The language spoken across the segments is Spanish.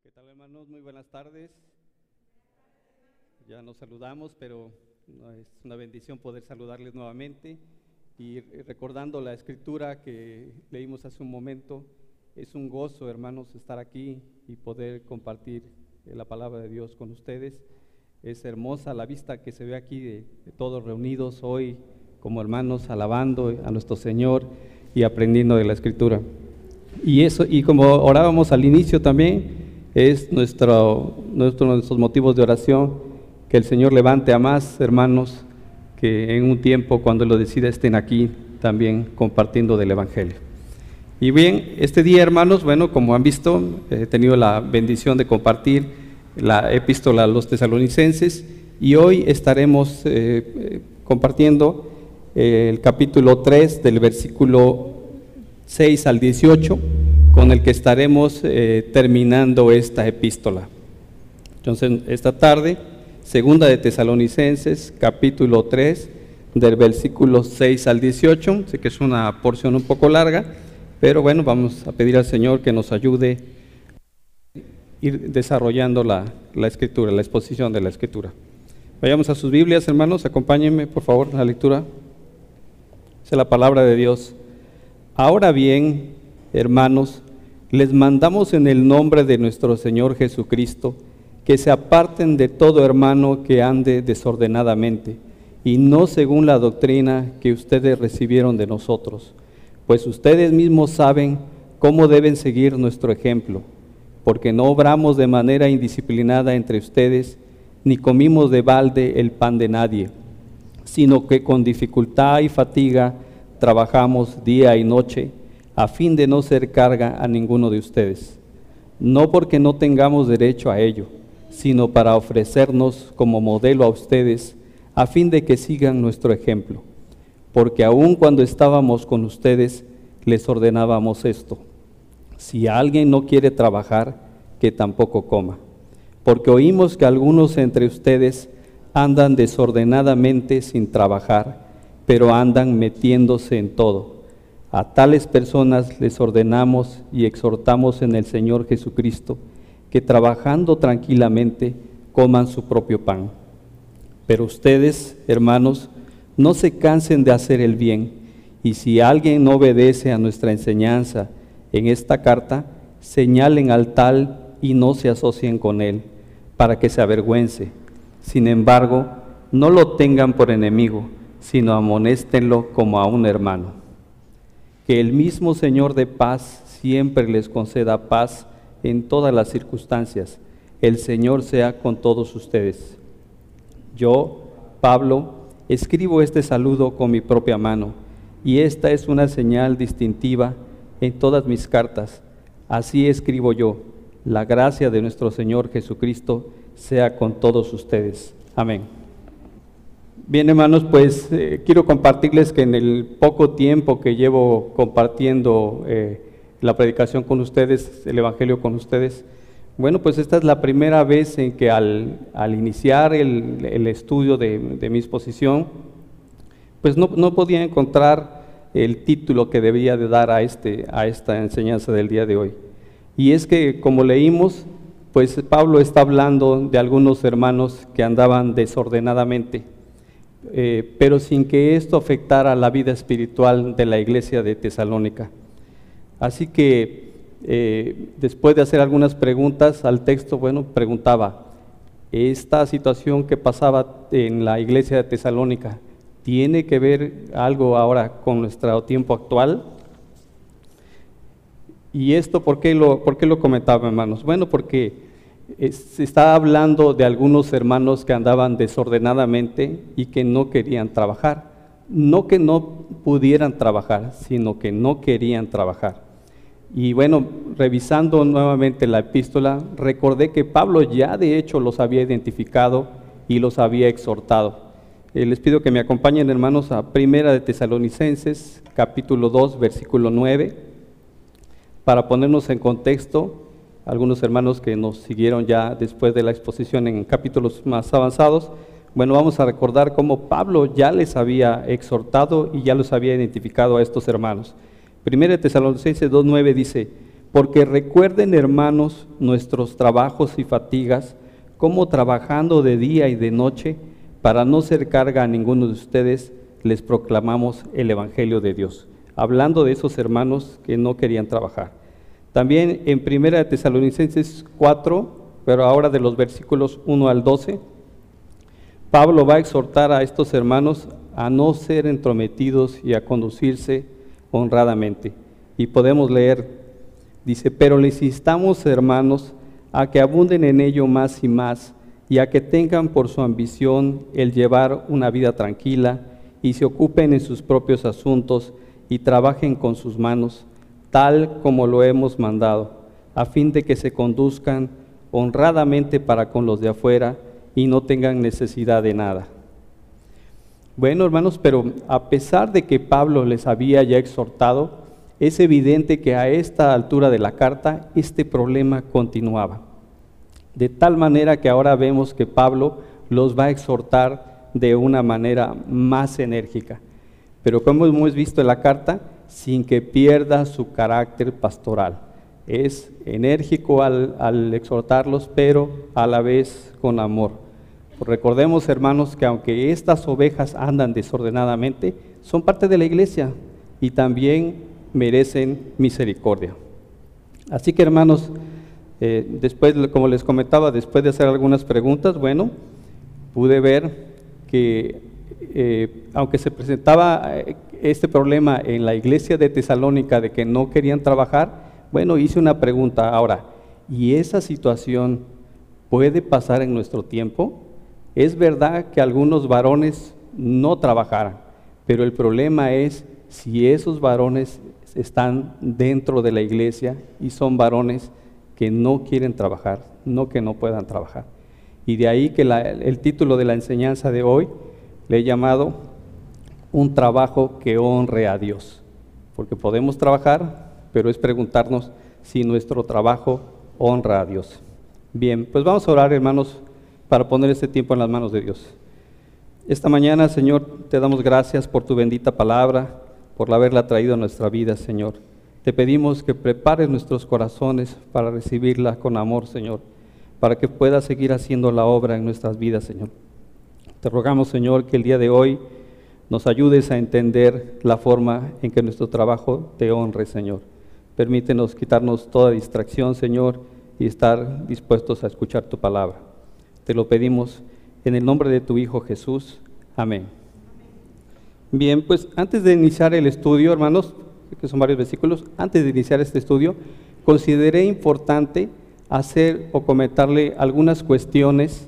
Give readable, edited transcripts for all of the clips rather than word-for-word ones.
¿Qué tal, hermanos? Muy buenas tardes. Ya nos saludamos, pero es una bendición poder saludarles nuevamente y recordando la escritura que leímos hace un momento. Es un gozo, hermanos, estar aquí y poder compartir la palabra de Dios con ustedes. Es hermosa la vista que se ve aquí de todos reunidos hoy como hermanos, alabando a nuestro Señor y aprendiendo de la escritura. Y como orábamos al inicio también, es nuestros motivos de oración, que el Señor levante a más hermanos que en un tiempo, cuando Él lo decida, estén aquí también compartiendo del Evangelio. Y bien, este día, hermanos, bueno, como han visto, he tenido la bendición de compartir la epístola a los tesalonicenses, y hoy estaremos compartiendo el capítulo 3 del versículo 6 al 18, con el que estaremos terminando esta epístola. Entonces, esta tarde, segunda de Tesalonicenses, capítulo 3, del versículo 6 al 18, sé que es una porción un poco larga, pero bueno, vamos a pedir al Señor que nos ayude a ir desarrollando la escritura, la exposición de la escritura. Vayamos a sus Biblias, hermanos, acompáñenme por favor a la lectura. Es la palabra de Dios. Ahora bien, hermanos, les mandamos en el nombre de nuestro Señor Jesucristo que se aparten de todo hermano que ande desordenadamente y no según la doctrina que ustedes recibieron de nosotros, pues ustedes mismos saben cómo deben seguir nuestro ejemplo, porque no obramos de manera indisciplinada entre ustedes, ni comimos de balde el pan de nadie, sino que con dificultad y fatiga trabajamos día y noche, a fin de no ser carga a ninguno de ustedes, no porque no tengamos derecho a ello, sino para ofrecernos como modelo a ustedes, a fin de que sigan nuestro ejemplo, porque aun cuando estábamos con ustedes, les ordenábamos esto: si alguien no quiere trabajar, que tampoco coma, porque oímos que algunos entre ustedes andan desordenadamente sin trabajar, pero andan metiéndose en todo. A tales personas les ordenamos y exhortamos en el Señor Jesucristo que trabajando tranquilamente coman su propio pan. Pero ustedes, hermanos, no se cansen de hacer el bien, y si alguien no obedece a nuestra enseñanza en esta carta, señalen al tal y no se asocien con él, para que se avergüence. Sin embargo, no lo tengan por enemigo, sino amonéstenlo como a un hermano. Que el mismo Señor de paz siempre les conceda paz en todas las circunstancias. El Señor sea con todos ustedes. Yo, Pablo, escribo este saludo con mi propia mano, y esta es una señal distintiva en todas mis cartas. Así escribo yo: la gracia de nuestro Señor Jesucristo sea con todos ustedes. Amén. Bien, hermanos, pues quiero compartirles que en el poco tiempo que llevo compartiendo la predicación con ustedes, el Evangelio con ustedes, bueno, pues esta es la primera vez en que al iniciar el estudio de mi exposición, pues no podía encontrar el título que debía de dar a esta enseñanza del día de hoy. Y es que, como leímos, pues Pablo está hablando de algunos hermanos que andaban desordenadamente, pero sin que esto afectara la vida espiritual de la iglesia de Tesalónica. Así que después de hacer algunas preguntas al texto, bueno, preguntaba: ¿esta situación que pasaba en la iglesia de Tesalónica tiene que ver algo ahora con nuestro tiempo actual? ¿Y esto por qué lo comentaba, hermanos? Bueno, porque se está hablando de algunos hermanos que andaban desordenadamente y que no querían trabajar. No que no pudieran trabajar, sino que no querían trabajar. Y bueno, revisando nuevamente la epístola, recordé que Pablo ya de hecho los había identificado y los había exhortado. Les pido que me acompañen, hermanos, a Primera de Tesalonicenses, capítulo 2, versículo 9, para ponernos en contexto. Algunos hermanos que nos siguieron ya después de la exposición en capítulos más avanzados, bueno, vamos a recordar cómo Pablo ya les había exhortado y ya los había identificado a estos hermanos. Primera de Tesalonicenses 2:9 dice: Porque recuerden, hermanos, nuestros trabajos y fatigas, como trabajando de día y de noche, para no ser carga a ninguno de ustedes, les proclamamos el Evangelio de Dios. Hablando de esos hermanos que no querían trabajar. También en 1 Tesalonicenses 4, pero ahora de los versículos 1 al 12, Pablo va a exhortar a estos hermanos a no ser entrometidos y a conducirse honradamente. Y podemos leer, dice, pero les instamos, hermanos, a que abunden en ello más y más, y a que tengan por su ambición el llevar una vida tranquila, y se ocupen en sus propios asuntos, y trabajen con sus manos, tal como lo hemos mandado, a fin de que se conduzcan honradamente para con los de afuera, y no tengan necesidad de nada. Bueno, hermanos, pero a pesar de que Pablo les había ya exhortado, es evidente que a esta altura de la carta este problema continuaba. De tal manera que ahora vemos que Pablo los va a exhortar de una manera más enérgica. Pero como hemos visto en la carta, sin que pierda su carácter pastoral. Es enérgico al exhortarlos, pero a la vez con amor. Recordemos, hermanos, que aunque estas ovejas andan desordenadamente, son parte de la iglesia y también merecen misericordia. Así que, hermanos, después, como les comentaba, después de hacer algunas preguntas, bueno, pude ver que aunque se presentaba este problema en la iglesia de Tesalónica de que no querían trabajar, bueno, hice una pregunta ahora, ¿y esa situación puede pasar en nuestro tiempo? Es verdad que algunos varones no trabajaran, pero el problema es si esos varones están dentro de la iglesia y son varones que no quieren trabajar, no que no puedan trabajar. Y de ahí que el título de la enseñanza de hoy le he llamado un trabajo que honre a Dios, porque podemos trabajar, pero es preguntarnos si nuestro trabajo honra a Dios. Bien, pues vamos a orar, hermanos, para poner este tiempo en las manos de Dios. Esta mañana, Señor, te damos gracias por tu bendita palabra, por haberla traído a nuestra vida, Señor. Te pedimos que prepares nuestros corazones para recibirla con amor, Señor, para que puedas seguir haciendo la obra en nuestras vidas, Señor. Te rogamos, Señor, que el día de hoy nos ayudes a entender la forma en que nuestro trabajo te honre, Señor. Permítenos quitarnos toda distracción, Señor, y estar dispuestos a escuchar tu palabra. Te lo pedimos en el nombre de tu Hijo Jesús. Amén. Bien, pues antes de iniciar el estudio, hermanos, que son varios versículos, antes de iniciar este estudio, consideré importante hacer o comentarle algunas cuestiones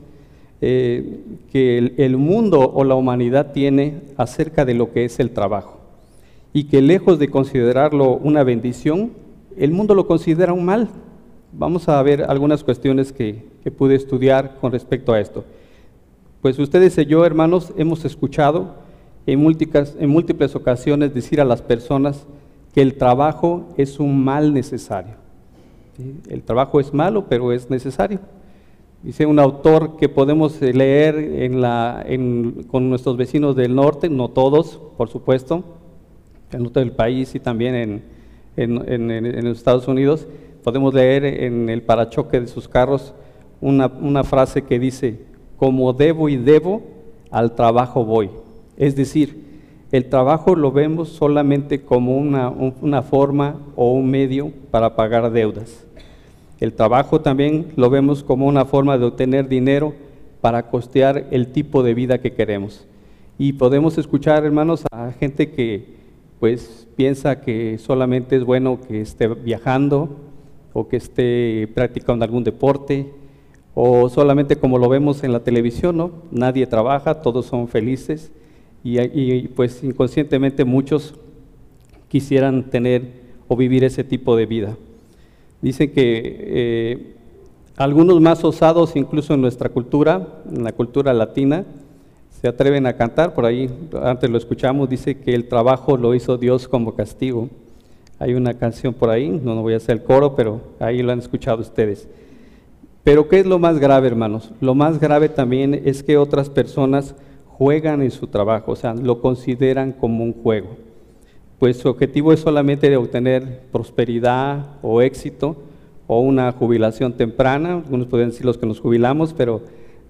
que el mundo o la humanidad tiene acerca de lo que es el trabajo, y que lejos de considerarlo una bendición, el mundo lo considera un mal. Vamos a ver algunas cuestiones que pude estudiar con respecto a esto. Pues ustedes y yo, hermanos, hemos escuchado en múltiples ocasiones decir a las personas que el trabajo es un mal necesario. ¿Sí? El trabajo es malo, pero es necesario. Dice un autor que podemos leer con nuestros vecinos del norte, no todos, por supuesto, en el norte del país y también en los Estados Unidos, podemos leer en el parachoque de sus carros una frase que dice, como debo y debo, al trabajo voy. Es decir, el trabajo lo vemos solamente como una forma o un medio para pagar deudas. El trabajo también lo vemos como una forma de obtener dinero para costear el tipo de vida que queremos. Y podemos escuchar, hermanos, a gente que pues piensa que solamente es bueno que esté viajando o que esté practicando algún deporte, o solamente como lo vemos en la televisión, ¿no? Nadie trabaja, todos son felices, y pues inconscientemente muchos quisieran tener o vivir ese tipo de vida. Dicen que algunos más osados, incluso en nuestra cultura, en la cultura latina, se atreven a cantar, por ahí antes lo escuchamos, dice que el trabajo lo hizo Dios como castigo. Hay una canción por ahí, no voy a hacer el coro, pero ahí lo han escuchado ustedes. Pero ¿qué es lo más grave, hermanos? Lo más grave también es que otras personas juegan en su trabajo, o sea, lo consideran como un juego. pues su objetivo es solamente de obtener prosperidad o éxito o una jubilación temprana. Algunos pueden decir los que nos jubilamos, pero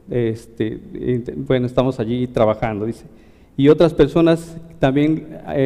bueno, estamos allí trabajando, dice. Y otras personas también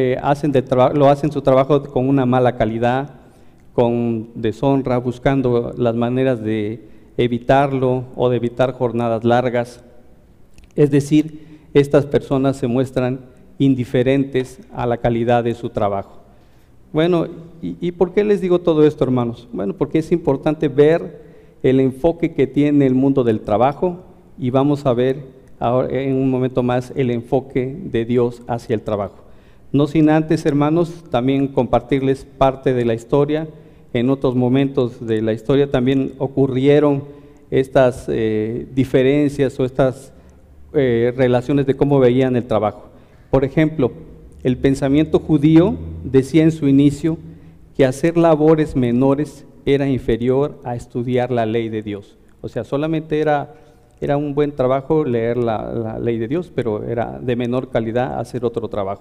lo hacen su trabajo con una mala calidad, con deshonra, buscando las maneras de evitarlo o de evitar jornadas largas. Es decir, estas personas se muestran indiferentes a la calidad de su trabajo. Bueno, ¿y por qué les digo todo esto, hermanos? Bueno, porque es importante ver el enfoque que tiene el mundo del trabajo, y vamos a ver ahora en un momento más el enfoque de Dios hacia el trabajo. No sin antes, hermanos, también compartirles parte de la historia. En otros momentos de la historia también ocurrieron estas diferencias o estas relaciones de cómo veían el trabajo. Por ejemplo, el pensamiento judío decía en su inicio que hacer labores menores era inferior a estudiar la ley de Dios. O sea, solamente era un buen trabajo leer la ley de Dios, pero era de menor calidad hacer otro trabajo.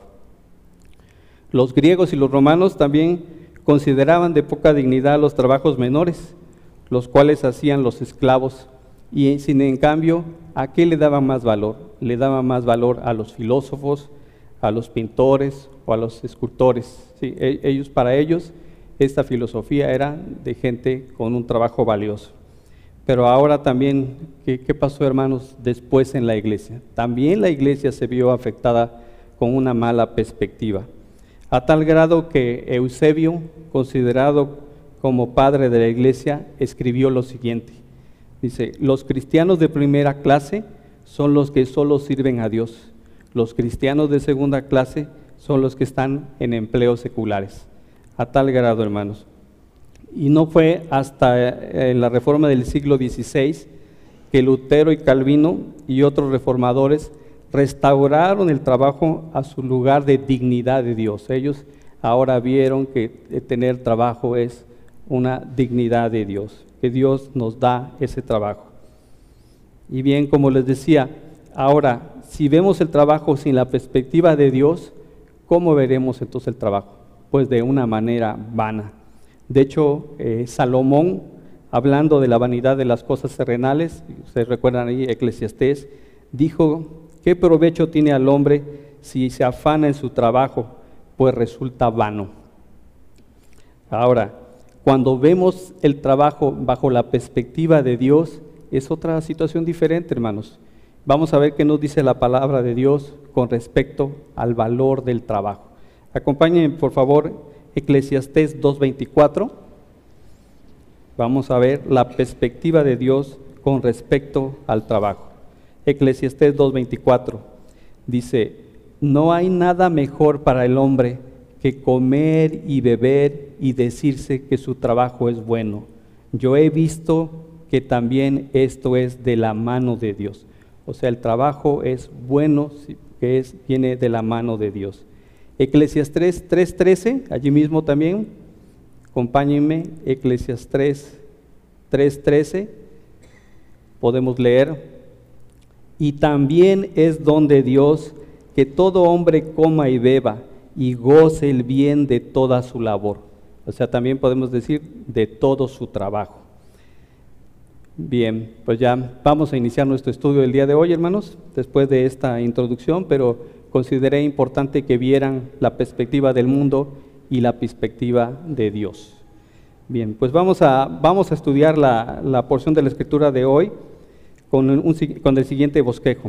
Los griegos y los romanos también consideraban de poca dignidad los trabajos menores, los cuales hacían los esclavos, y sin en cambio, ¿a qué le daban más valor? Le daban más valor a los filósofos, a los pintores o a los escultores. Sí, para ellos, esta filosofía era de gente con un trabajo valioso. Pero ahora también, ¿qué pasó, hermanos, después en la iglesia? También la iglesia se vio afectada con una mala perspectiva, a tal grado que Eusebio, considerado como padre de la iglesia, escribió lo siguiente. Dice: los cristianos de primera clase son los que solo sirven a Dios. Los cristianos de segunda clase son los que están en empleos seculares. A tal grado, hermanos. Y no fue hasta la reforma del siglo XVI que Lutero y Calvino y otros reformadores restauraron el trabajo a su lugar de dignidad de Dios. Ellos ahora vieron que tener trabajo es una dignidad de Dios, que Dios nos da ese trabajo. Y bien, como les decía, ahora, si vemos el trabajo sin la perspectiva de Dios, ¿cómo veremos entonces el trabajo? Pues de una manera vana. De hecho, Salomón, hablando de la vanidad de las cosas terrenales, ustedes recuerdan ahí Eclesiastés, dijo: ¿qué provecho tiene al hombre si se afana en su trabajo? Pues resulta vano. Ahora, cuando vemos el trabajo bajo la perspectiva de Dios, es otra situación diferente, hermanos. Vamos a ver qué nos dice la palabra de Dios con respecto al valor del trabajo. Acompáñenme, por favor, Eclesiastés 2:24. Vamos a ver la perspectiva de Dios con respecto al trabajo. Eclesiastés 2:24 dice: no hay nada mejor para el hombre que comer y beber y decirse que su trabajo es bueno. Yo he visto que también esto es de la mano de Dios. O sea, el trabajo es bueno, que viene de la mano de Dios. Eclesiastés 3:13, allí mismo también, acompáñenme, Eclesiastés 3:13, podemos leer: y también es don de Dios que todo hombre coma y beba y goce el bien de toda su labor. O sea, también podemos decir de todo su trabajo. Bien, pues ya vamos a iniciar nuestro estudio del día de hoy, hermanos, después de esta introducción, pero consideré importante que vieran la perspectiva del mundo y la perspectiva de Dios. Bien, pues vamos a estudiar la porción de la Escritura de hoy con el siguiente bosquejo.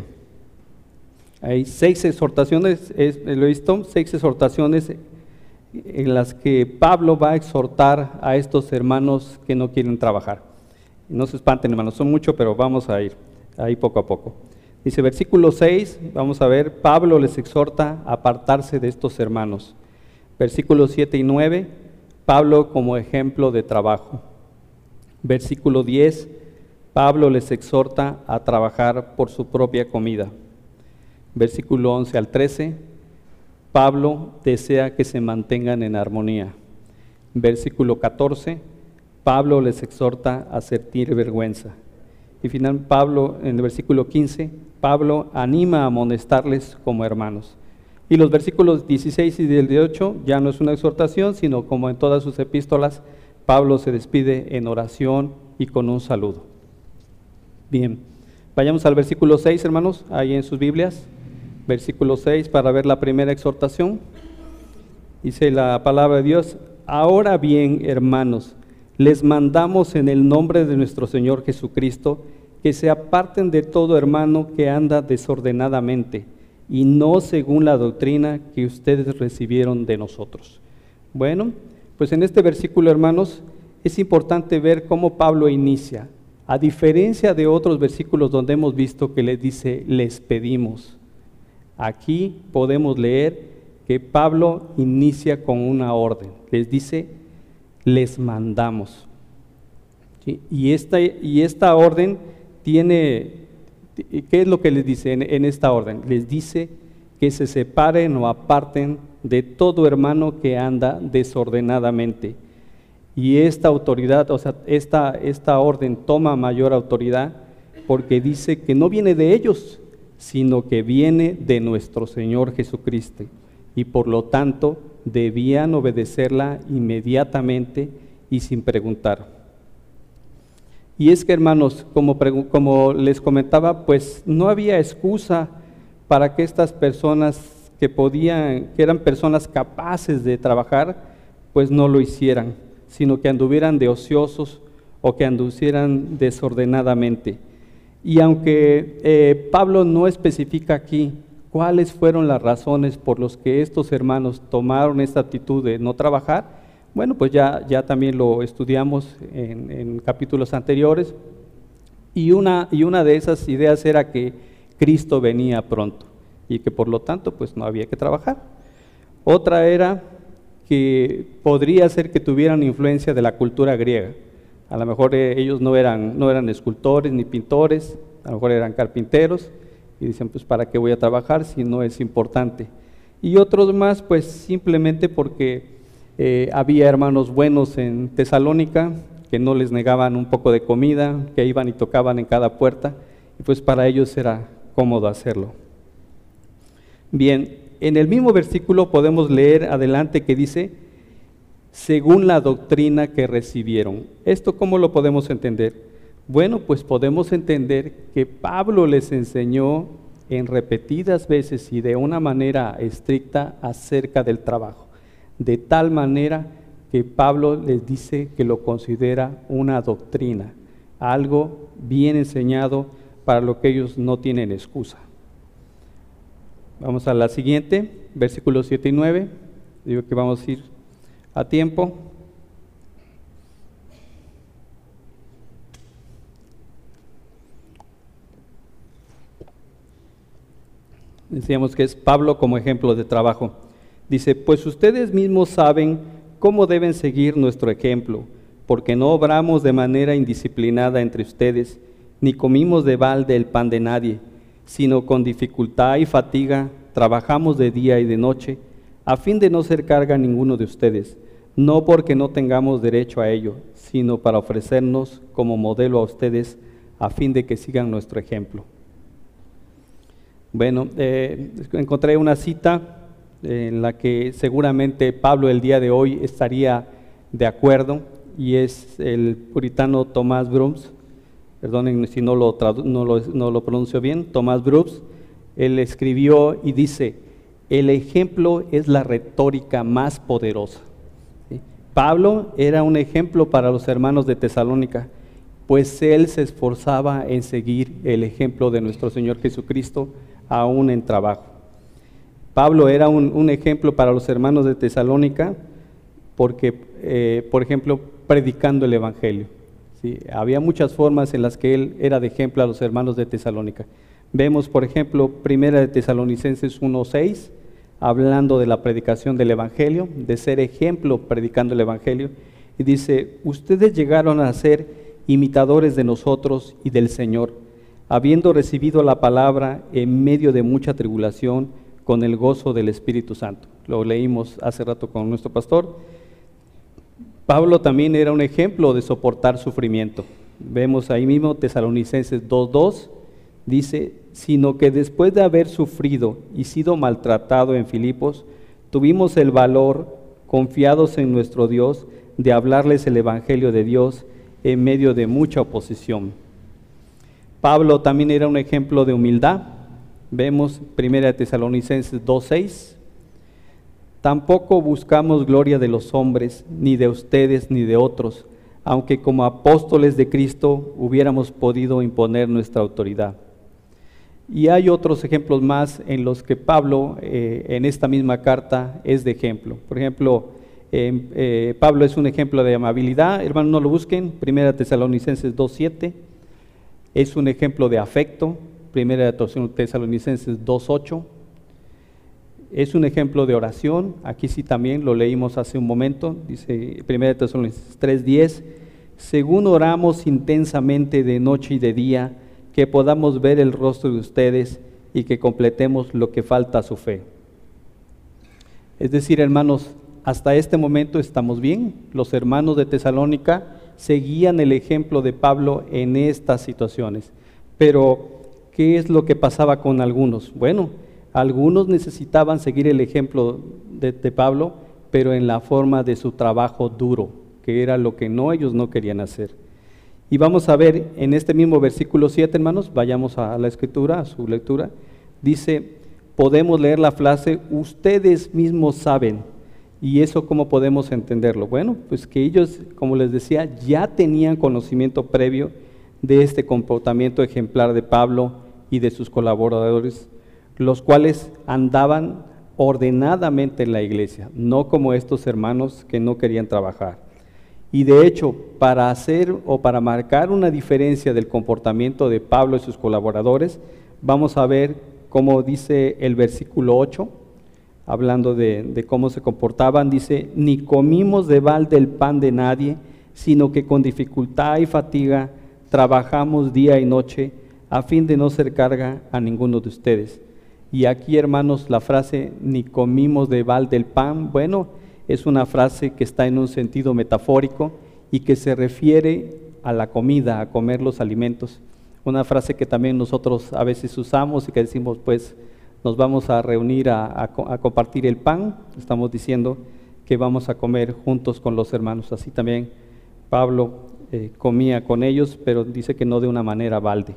Hay 6 exhortaciones, lo he visto, 6 exhortaciones en las que Pablo va a exhortar a estos hermanos que no quieren trabajar. No se espanten, hermanos, son muchos, pero vamos a ir ahí poco a poco. Dice, versículo 6, vamos a ver, Pablo les exhorta a apartarse de estos hermanos. Versículos 7 y 9, Pablo como ejemplo de trabajo. Versículo 10, Pablo les exhorta a trabajar por su propia comida. Versículo 11 al 13, Pablo desea que se mantengan en armonía. Versículo 14, Pablo les exhorta a sentir vergüenza. Y finalmente Pablo, en el versículo 15, Pablo anima a amonestarles como hermanos. Y los versículos 16 y 18 ya no es una exhortación, sino como en todas sus epístolas, Pablo se despide en oración y con un saludo. Bien, vayamos al versículo 6, hermanos, ahí en sus Biblias, versículo 6, para ver la primera exhortación. Dice la palabra de Dios: ahora bien, hermanos, les mandamos en el nombre de nuestro Señor Jesucristo, que se aparten de todo hermano que anda desordenadamente, y no según la doctrina que ustedes recibieron de nosotros. Bueno, pues en este versículo, hermanos, es importante ver cómo Pablo inicia. A diferencia de otros versículos donde hemos visto que les dice, les pedimos. Aquí podemos leer que Pablo inicia con una orden. Les dice, les mandamos. ¿Sí? Y esta orden tiene... ¿Qué es lo que les dice en esta orden? Les dice que se separen o aparten de todo hermano que anda desordenadamente. Y esta autoridad, o sea, esta orden toma mayor autoridad porque dice que no viene de ellos, sino que viene de nuestro Señor Jesucristo. Y por lo tanto, debían obedecerla inmediatamente y sin preguntar. Y es que, hermanos, como les comentaba, pues no había excusa para que estas personas que eran personas capaces de trabajar, pues no lo hicieran, sino que anduvieran de ociosos o que anduvieran desordenadamente. Y aunque Pablo no especifica aquí cuáles fueron las razones por las que estos hermanos tomaron esta actitud de no trabajar, bueno, pues ya también lo estudiamos en capítulos anteriores, y una de esas ideas era que Cristo venía pronto y que por lo tanto pues no había que trabajar. Otra era que podría ser que tuvieran influencia de la cultura griega. A lo mejor ellos no eran escultores ni pintores, a lo mejor eran carpinteros, y dicen, pues ¿para qué voy a trabajar si no es importante? Y otros más, pues simplemente porque había hermanos buenos en Tesalónica que no les negaban un poco de comida, que iban y tocaban en cada puerta, y pues para ellos era cómodo hacerlo. Bien, en el mismo versículo podemos leer adelante que dice, según la doctrina que recibieron. ¿Esto cómo lo podemos entender? Bueno, pues podemos entender que Pablo les enseñó en repetidas veces y de una manera estricta acerca del trabajo, de tal manera que Pablo les dice que lo considera una doctrina, algo bien enseñado para lo que ellos no tienen excusa. Vamos a la siguiente, versículos 7 y 9, digo que vamos a ir a tiempo. Decíamos que es Pablo como ejemplo de trabajo. Dice, pues ustedes mismos saben cómo deben seguir nuestro ejemplo, porque no obramos de manera indisciplinada entre ustedes, ni comimos de balde el pan de nadie, sino con dificultad y fatiga trabajamos de día y de noche, a fin de no ser carga a ninguno de ustedes, no porque no tengamos derecho a ello, sino para ofrecernos como modelo a ustedes, a fin de que sigan nuestro ejemplo. Bueno, encontré una cita en la que seguramente Pablo el día de hoy estaría de acuerdo, y es el puritano Thomas Brooks, perdonen si no lo pronuncio bien, Thomas Brooks. Él escribió y dice, el ejemplo es la retórica más poderosa. ¿Sí? Pablo era un ejemplo para los hermanos de Tesalónica, pues él se esforzaba en seguir el ejemplo de nuestro Señor Jesucristo, aún en trabajo. Pablo era un ejemplo para los hermanos de Tesalónica porque, por ejemplo, predicando el Evangelio. ¿Sí? Había muchas formas en las que él era de ejemplo a los hermanos de Tesalónica. Vemos, por ejemplo, Primera de Tesalonicenses 1:6, hablando de la predicación del Evangelio, de ser ejemplo predicando el Evangelio, y dice, ustedes llegaron a ser imitadores de nosotros y del Señor, habiendo recibido la palabra en medio de mucha tribulación, con el gozo del Espíritu Santo. Lo leímos hace rato con nuestro pastor. Pablo también era un ejemplo de soportar sufrimiento. Vemos ahí mismo Tesalonicenses 2:2, Dice, sino que después de haber sufrido y sido maltratado en Filipos, tuvimos el valor, confiados en nuestro Dios, de hablarles el Evangelio de Dios en medio de mucha oposición. Pablo también era un ejemplo de humildad. Vemos 1 Tesalonicenses 2:6. Tampoco buscamos gloria de los hombres, ni de ustedes, ni de otros, aunque como apóstoles de Cristo hubiéramos podido imponer nuestra autoridad. Y hay otros ejemplos más en los que Pablo, en esta misma carta, es de ejemplo. Por ejemplo, Pablo es un ejemplo de amabilidad. Hermanos, no lo busquen. 1 Tesalonicenses 2:7. Es un ejemplo de afecto. 1 Tesalonicenses 2:8. Es un ejemplo de oración. Aquí sí también lo leímos hace un momento. Dice 1 Tesalonicenses 3:10. Según oramos intensamente de noche y de día, que podamos ver el rostro de ustedes y que completemos lo que falta a su fe. Es decir, hermanos, hasta este momento estamos bien. Los hermanos de Tesalónica seguían el ejemplo de Pablo en estas situaciones. Pero, ¿qué es lo que pasaba con algunos? Bueno, algunos necesitaban seguir el ejemplo de Pablo, pero en la forma de su trabajo duro, que era lo que ellos no querían hacer. Y vamos a ver en este mismo versículo 7, hermanos, vayamos a la escritura, a su lectura. Dice, podemos leer la frase, ustedes mismos saben. ¿Y eso cómo podemos entenderlo? Bueno, pues que ellos, como les decía, ya tenían conocimiento previo de este comportamiento ejemplar de Pablo y de sus colaboradores, los cuales andaban ordenadamente en la iglesia, no como estos hermanos que no querían trabajar. Y de hecho, para hacer o para marcar una diferencia del comportamiento de Pablo y sus colaboradores, vamos a ver cómo dice el versículo 8, hablando de cómo se comportaban, dice, ni comimos de balde el pan de nadie, sino que con dificultad y fatiga trabajamos día y noche, a fin de no ser carga a ninguno de ustedes. Y aquí, hermanos, la frase, ni comimos de balde el pan, bueno, es una frase que está en un sentido metafórico y que se refiere a la comida, a comer los alimentos. Una frase que también nosotros a veces usamos y que decimos, pues, nos vamos a reunir a compartir el pan. Estamos diciendo que vamos a comer juntos con los hermanos. Así también Pablo comía con ellos, pero dice que no de una manera balde.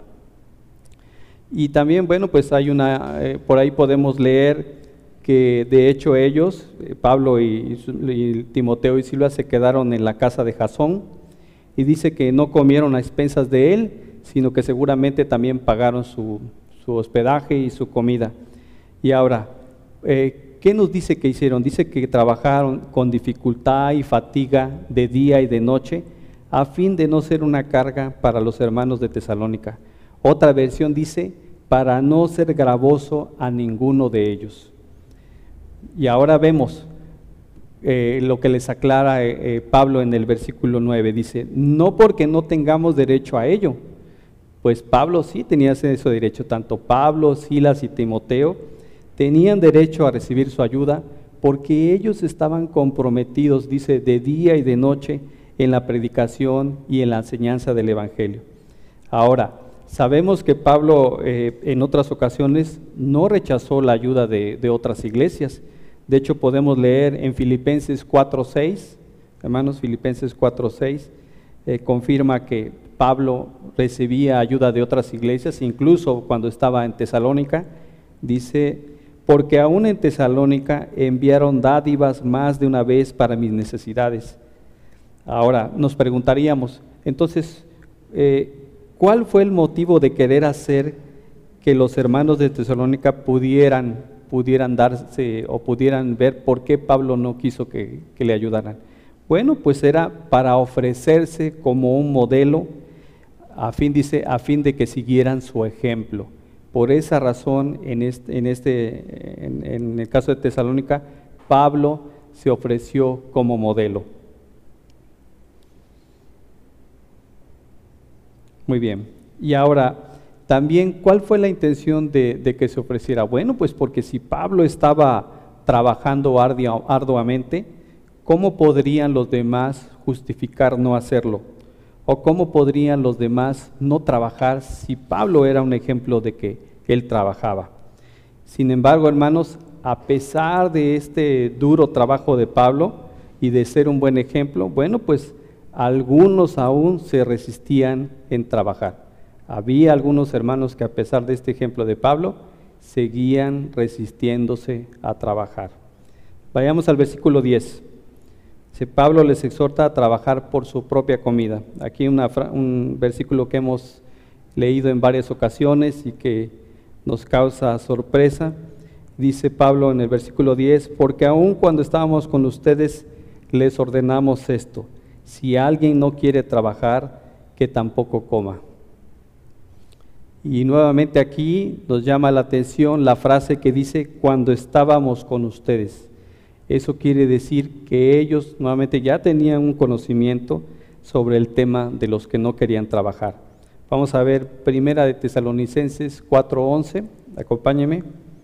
Y también, bueno, pues hay por ahí podemos leer que de hecho ellos, Pablo y Timoteo y Silva, se quedaron en la casa de Jasón, y dice que no comieron a expensas de él, sino que seguramente también pagaron su hospedaje y su comida. Y ahora, ¿qué nos dice que hicieron? Dice que trabajaron con dificultad y fatiga de día y de noche, a fin de no ser una carga para los hermanos de Tesalónica. Otra versión dice, para no ser gravoso a ninguno de ellos. Y ahora vemos lo que les aclara Pablo en el versículo 9. Dice, no porque no tengamos derecho a ello, pues Pablo sí tenía ese derecho. Tanto Pablo, Silas y Timoteo tenían derecho a recibir su ayuda porque ellos estaban comprometidos, dice, de día y de noche en la predicación y en la enseñanza del Evangelio. Ahora, sabemos que Pablo en otras ocasiones no rechazó la ayuda de otras iglesias. De hecho, podemos leer en Filipenses 4:6, hermanos, Filipenses 4:6, confirma que Pablo recibía ayuda de otras iglesias, incluso cuando estaba en Tesalónica. Dice, porque aún en Tesalónica enviaron dádivas más de una vez para mis necesidades. Ahora, nos preguntaríamos, entonces, ¿cuál fue el motivo de querer hacer que los hermanos de Tesalónica pudieran darse o pudieran ver por qué Pablo no quiso que le ayudaran? Bueno, pues era para ofrecerse como un modelo, a fin de que siguieran su ejemplo. Por esa razón, en el caso de Tesalónica, Pablo se ofreció como modelo. Muy bien. Y ahora, también, ¿cuál fue la intención de que se ofreciera? Bueno, pues porque si Pablo estaba trabajando arduamente, ¿cómo podrían los demás justificar no hacerlo? ¿O cómo podrían los demás no trabajar si Pablo era un ejemplo de que él trabajaba? Sin embargo, hermanos, a pesar de este duro trabajo de Pablo y de ser un buen ejemplo, bueno, pues algunos aún se resistían en trabajar. Había algunos hermanos que a pesar de este ejemplo de Pablo, seguían resistiéndose a trabajar. Vayamos al versículo 10. Pablo les exhorta a trabajar por su propia comida. Aquí un versículo que hemos leído en varias ocasiones y que nos causa sorpresa. Dice Pablo en el versículo 10, porque aun cuando estábamos con ustedes les ordenamos esto: si alguien no quiere trabajar, que tampoco coma. Y nuevamente aquí nos llama la atención la frase que dice, cuando estábamos con ustedes. Eso quiere decir que ellos nuevamente ya tenían un conocimiento sobre el tema de los que no querían trabajar. Vamos a ver Primera de Tesalonicenses 4:11, acompáñeme.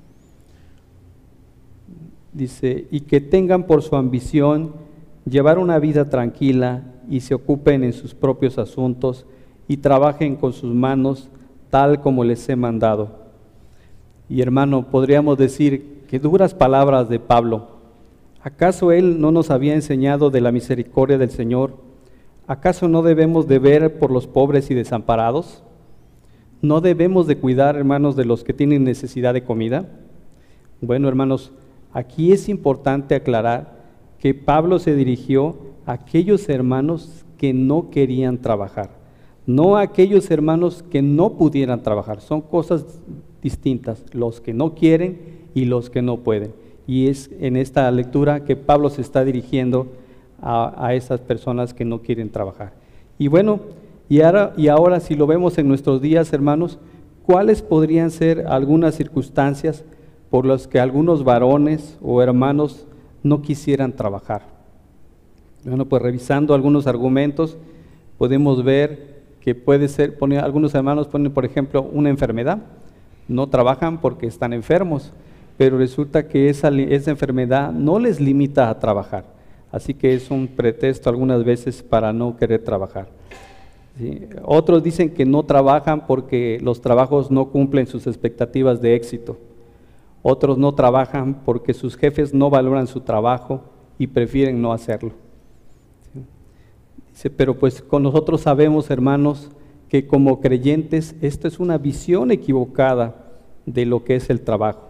Dice, y que tengan por su ambición llevar una vida tranquila y se ocupen en sus propios asuntos y trabajen con sus manos tal como les he mandado. Y hermano, podríamos decir que duras palabras de Pablo. ¿Acaso él no nos había enseñado de la misericordia del Señor? ¿Acaso no debemos de ver por los pobres y desamparados? ¿No debemos de cuidar, hermanos, de los que tienen necesidad de comida? Bueno, hermanos, aquí es importante aclarar que Pablo se dirigió a aquellos hermanos que no querían trabajar, no a aquellos hermanos que no pudieran trabajar. Son cosas distintas, los que no quieren y los que no pueden. Y es en esta lectura que Pablo se está dirigiendo a esas personas que no quieren trabajar. Y bueno, y ahora si lo vemos en nuestros días, hermanos, ¿cuáles podrían ser algunas circunstancias por las que algunos varones o hermanos no quisieran trabajar? Bueno, pues revisando algunos argumentos, podemos ver que puede ser, algunos hermanos ponen, por ejemplo, una enfermedad. No trabajan porque están enfermos, pero resulta que esa enfermedad no les limita a trabajar. Así que es un pretexto algunas veces para no querer trabajar. ¿Sí? Otros dicen que no trabajan porque los trabajos no cumplen sus expectativas de éxito. Otros no trabajan porque sus jefes no valoran su trabajo y prefieren no hacerlo. ¿Sí? Dice, pero pues con nosotros sabemos, hermanos, que como creyentes esto es una visión equivocada de lo que es el trabajo.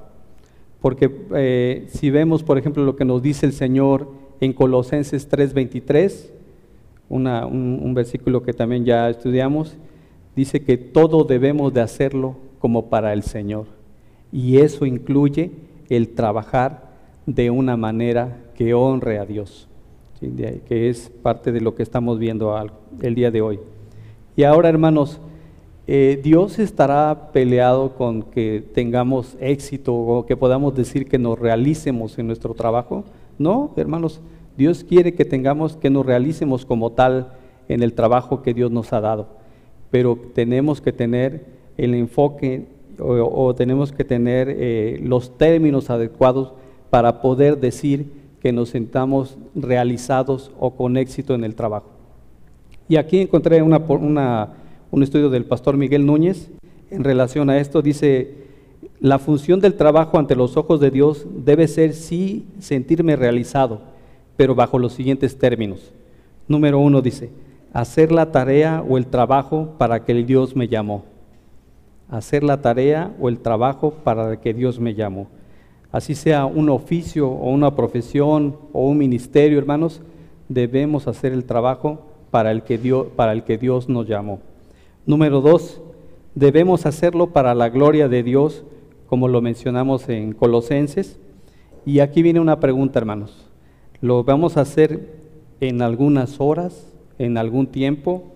Porque si vemos, por ejemplo, lo que nos dice el Señor en Colosenses 3:23, un versículo que también ya estudiamos, dice que todo debemos de hacerlo como para el Señor. Y eso incluye el trabajar de una manera que honre a Dios, ¿sí? Que es parte de lo que estamos viendo el día de hoy. Y ahora, hermanos, ¿Dios estará peleado con que tengamos éxito o que podamos decir que nos realicemos en nuestro trabajo? No, hermanos, Dios quiere que nos realicemos como tal en el trabajo que Dios nos ha dado, pero tenemos que tener el enfoque o tenemos que tener los términos adecuados para poder decir que nos sintamos realizados o con éxito en el trabajo. Y aquí encontré un estudio del pastor Miguel Núñez en relación a esto. Dice, la función del trabajo ante los ojos de Dios debe ser sí sentirme realizado, pero bajo los siguientes términos. Número 1 dice, hacer la tarea o el trabajo para que el Dios me llamó. Hacer la tarea o el trabajo para que Dios me llamó. Así sea un oficio o una profesión o un ministerio, hermanos, debemos hacer el trabajo para el que Dios nos llamó. Número 2, debemos hacerlo para la gloria de Dios, como lo mencionamos en Colosenses. Y aquí viene una pregunta, hermanos. ¿Lo vamos a hacer en algunas horas, en algún tiempo,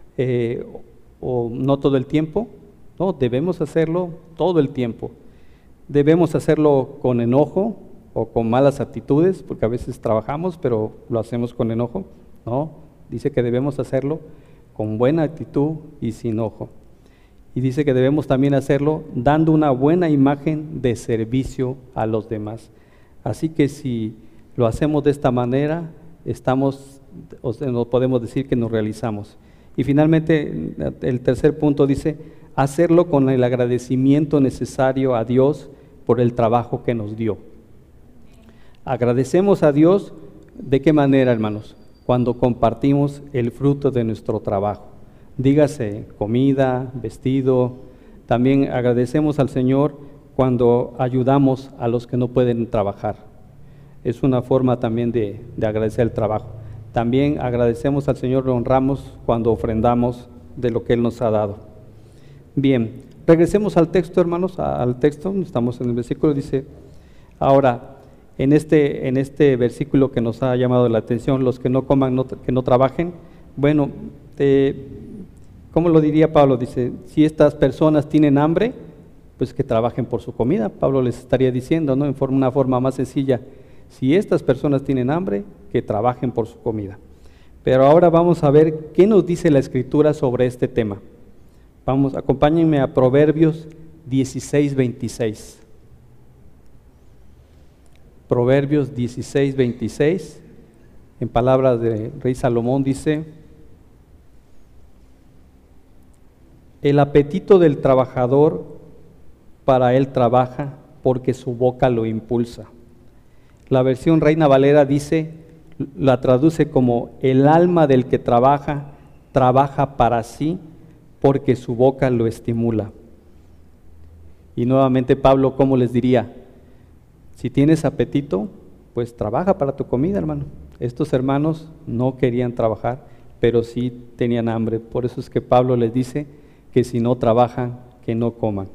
o no todo el tiempo? No, debemos hacerlo todo el tiempo. Debemos hacerlo con enojo o con malas actitudes, porque a veces trabajamos, pero lo hacemos con enojo. No, dice que debemos hacerlo con buena actitud y sin enojo. Y dice que debemos también hacerlo dando una buena imagen de servicio a los demás. Así que si lo hacemos de esta manera, nos podemos decir que nos realizamos. Y finalmente, el tercer punto dice, hacerlo con el agradecimiento necesario a Dios por el trabajo que nos dio. Agradecemos a Dios, ¿de qué manera, hermanos? Cuando compartimos el fruto de nuestro trabajo. Dígase comida, vestido. También agradecemos al Señor cuando ayudamos a los que no pueden trabajar. Es una forma también de agradecer el trabajo. También agradecemos al Señor, le honramos cuando ofrendamos de lo que Él nos ha dado. Bien, regresemos al texto, hermanos, al texto. Estamos en el versículo, dice, ahora, en este versículo que nos ha llamado la atención, los que no coman, que no trabajen. Bueno, ¿cómo lo diría Pablo? Dice, si estas personas tienen hambre, pues que trabajen por su comida. Pablo les estaría diciendo, ¿no? En una forma más sencilla, si estas personas tienen hambre, que trabajen por su comida. Pero ahora vamos a ver qué nos dice la Escritura sobre este tema. Vamos, acompáñenme a Proverbios 16:26. Proverbios 16:26, en palabras de Rey Salomón, dice: el apetito del trabajador para él trabaja, porque su boca lo impulsa. La versión Reina Valera dice, la traduce como: el alma del que trabaja, trabaja para sí, porque su boca lo estimula. Y nuevamente Pablo, ¿cómo les diría? Si tienes apetito, pues trabaja para tu comida, hermano. Estos hermanos no querían trabajar, pero sí tenían hambre. Por eso es que Pablo les dice que si no trabajan, que no coman.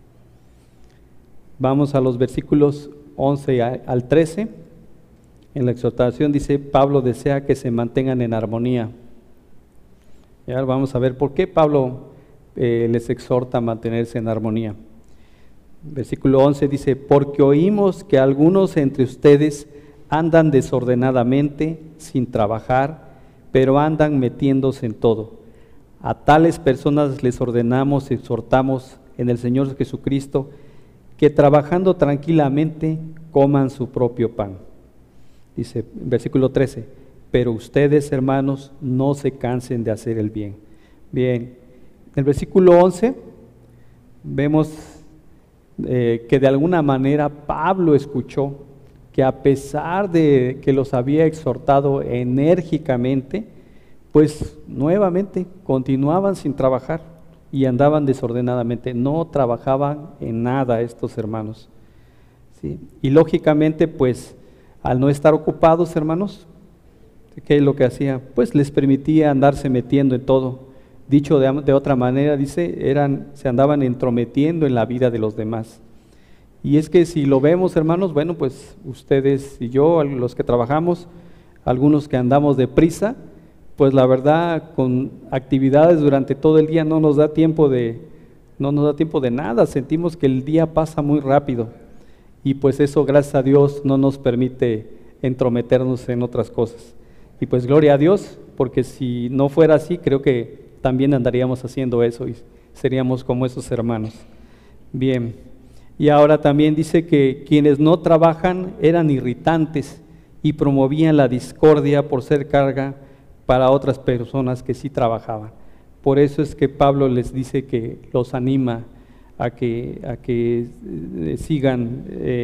Vamos a los versículos 11 al 13. En la exhortación dice, Pablo desea que se mantengan en armonía. Y ahora vamos a ver por qué Pablo les exhorta a mantenerse en armonía. Versículo 11 dice, porque oímos que algunos entre ustedes andan desordenadamente, sin trabajar, pero andan metiéndose en todo. A tales personas les ordenamos y exhortamos en el Señor Jesucristo que trabajando tranquilamente coman su propio pan. Dice, versículo 13, pero ustedes, hermanos, no se cansen de hacer el bien. Bien, en el versículo 11 vemos que de alguna manera Pablo escuchó que a pesar de que los había exhortado enérgicamente, pues nuevamente continuaban sin trabajar y andaban desordenadamente, no trabajaban en nada estos hermanos, ¿sí? Y lógicamente, pues al no estar ocupados, hermanos, ¿qué es lo que hacía? Pues les permitía andarse metiendo en todo. Dicho de otra manera, dice, se andaban entrometiendo en la vida de los demás. Y es que si lo vemos, hermanos, bueno, pues ustedes y yo, los que trabajamos, algunos que andamos deprisa, pues la verdad, con actividades durante todo el día no nos da tiempo de nada. Sentimos que el día pasa muy rápido. Y pues eso, gracias a Dios, no nos permite entrometernos en otras cosas. Y pues gloria a Dios, porque si no fuera así, creo que también andaríamos haciendo eso y seríamos como esos hermanos. Bien, y ahora también dice que quienes no trabajan eran irritantes y promovían la discordia por ser carga para otras personas que sí trabajaban. Por eso es que Pablo les dice que los anima a que sigan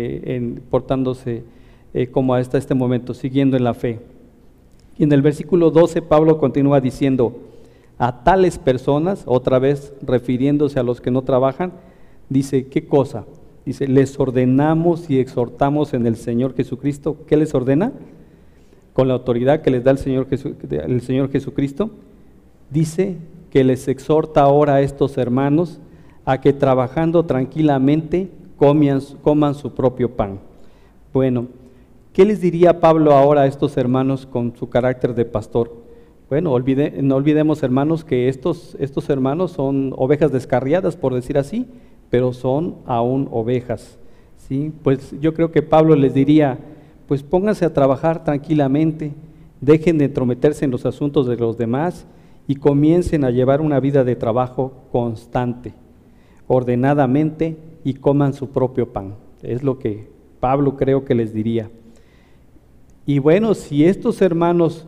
portándose como hasta este momento, siguiendo en la fe. Y en el versículo 12 Pablo continúa diciendo, a tales personas, otra vez refiriéndose a los que no trabajan, dice, ¿qué cosa? Dice, les ordenamos y exhortamos en el Señor Jesucristo. ¿Qué les ordena? Con la autoridad que les da el Señor Jesucristo, dice que les exhorta ahora a estos hermanos a que trabajando tranquilamente coman su propio pan. Bueno, ¿qué les diría Pablo ahora a estos hermanos con su carácter de pastor? Bueno, no olvidemos, hermanos, que estos hermanos son ovejas descarriadas, por decir así, pero son aún ovejas, ¿sí? Pues yo creo que Pablo les diría, pues pónganse a trabajar tranquilamente, dejen de entrometerse en los asuntos de los demás y comiencen a llevar una vida de trabajo constante, ordenadamente, y coman su propio pan. Es lo que Pablo creo que les diría. Y bueno, si estos hermanos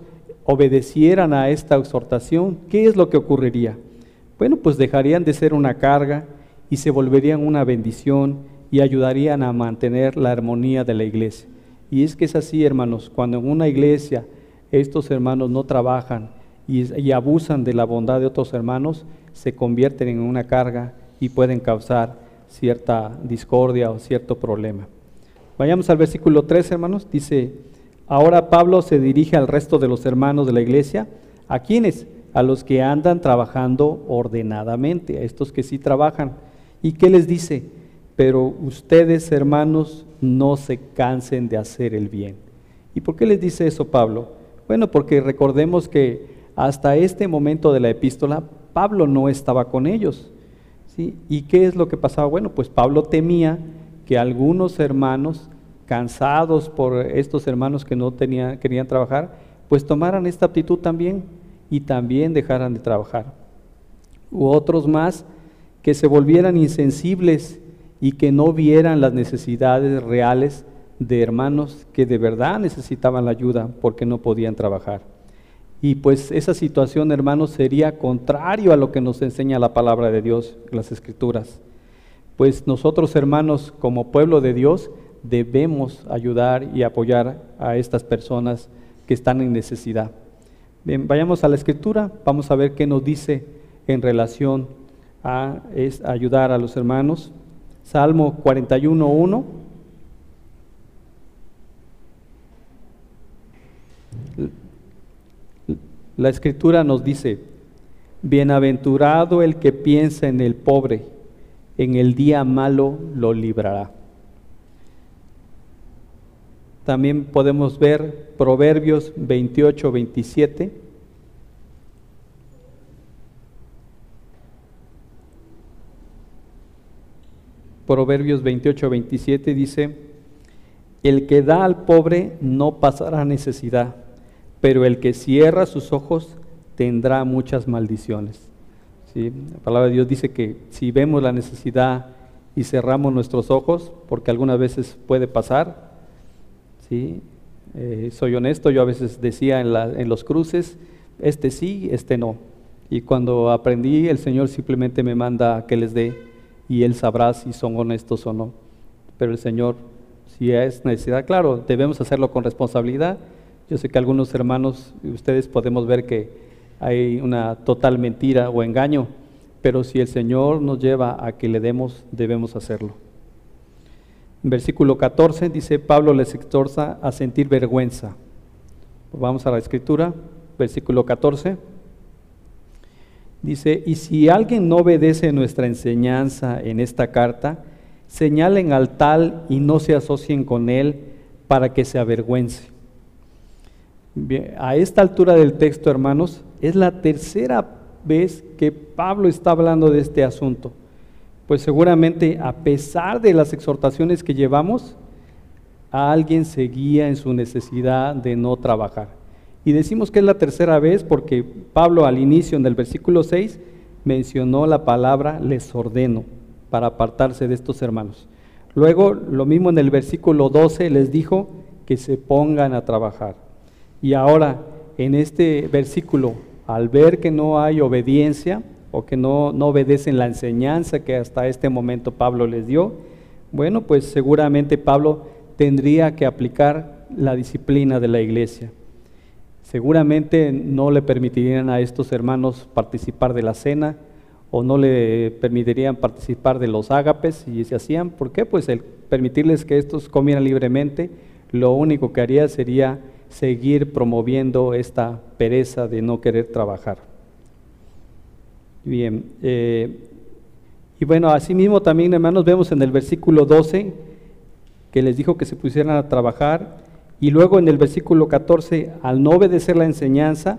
obedecieran a esta exhortación, ¿qué es lo que ocurriría? Bueno, pues dejarían de ser una carga y se volverían una bendición y ayudarían a mantener la armonía de la iglesia. Y es que es así, hermanos, cuando en una iglesia estos hermanos no trabajan y abusan de la bondad de otros hermanos, se convierten en una carga y pueden causar cierta discordia o cierto problema. Vayamos al versículo 3, hermanos. Dice: ahora Pablo se dirige al resto de los hermanos de la iglesia. ¿A quiénes? A los que andan trabajando ordenadamente, a estos que sí trabajan. ¿Y qué les dice? Pero ustedes, hermanos, no se cansen de hacer el bien. ¿Y por qué les dice eso Pablo? Bueno, porque recordemos que hasta este momento de la epístola, Pablo no estaba con ellos, ¿sí? ¿Y qué es lo que pasaba? Bueno, pues Pablo temía que algunos hermanos, cansados por estos hermanos que no querían trabajar, pues tomaran esta actitud también y también dejaran de trabajar. U otros más que se volvieran insensibles y que no vieran las necesidades reales de hermanos que de verdad necesitaban la ayuda porque no podían trabajar. Y pues esa situación, hermanos, sería contrario a lo que nos enseña la palabra de Dios, las Escrituras. Pues nosotros, hermanos, como pueblo de Dios, debemos ayudar y apoyar a estas personas que están en necesidad. Bien, vayamos a la Escritura, vamos a ver qué nos dice en relación a ayudar a los hermanos. Salmo 41:1. La Escritura nos dice: bienaventurado el que piensa en el pobre, en el día malo lo librará. También podemos ver Proverbios 28:27. Proverbios 28:27 dice: el que da al pobre no pasará necesidad, pero el que cierra sus ojos tendrá muchas maldiciones. ¿Sí? La palabra de Dios dice que si vemos la necesidad y cerramos nuestros ojos, porque algunas veces puede pasar, ¿sí? Soy honesto, yo a veces decía en los cruces, este sí, este no. Y cuando aprendí, el Señor simplemente me manda que les dé y Él sabrá si son honestos o no. Pero el Señor, si es necesidad, claro, debemos hacerlo con responsabilidad. Yo sé que algunos hermanos, ustedes podemos ver que hay una total mentira o engaño, pero si el Señor nos lleva a que le demos, debemos hacerlo. En versículo 14 dice: Pablo les exhorta a sentir vergüenza. Vamos a la Escritura, versículo 14. Dice: y si alguien no obedece nuestra enseñanza en esta carta, señalen al tal y no se asocien con él para que se avergüence. Bien, a esta altura del texto, hermanos, es la tercera vez que Pablo está hablando de este asunto. Pues seguramente, a pesar de las exhortaciones que llevamos, a alguien seguía en su necesidad de no trabajar. Y decimos que es la tercera vez porque Pablo al inicio, en el versículo 6, mencionó la palabra les ordeno para apartarse de estos hermanos. Luego, lo mismo en el versículo 12, les dijo que se pongan a trabajar. Y ahora, en este versículo, al ver que no hay obediencia o que no obedecen la enseñanza que hasta este momento Pablo les dio, bueno, pues seguramente Pablo tendría que aplicar la disciplina de la iglesia. Seguramente no le permitirían a estos hermanos participar de la cena o no le permitirían participar de los ágapes y se hacían. ¿Por qué? Pues el permitirles que estos comieran libremente, lo único que haría sería seguir promoviendo esta pereza de no querer trabajar. Bien, y bueno, asimismo también, hermanos, vemos en el versículo 12 que les dijo que se pusieran a trabajar. Y luego en el versículo 14, al no obedecer la enseñanza,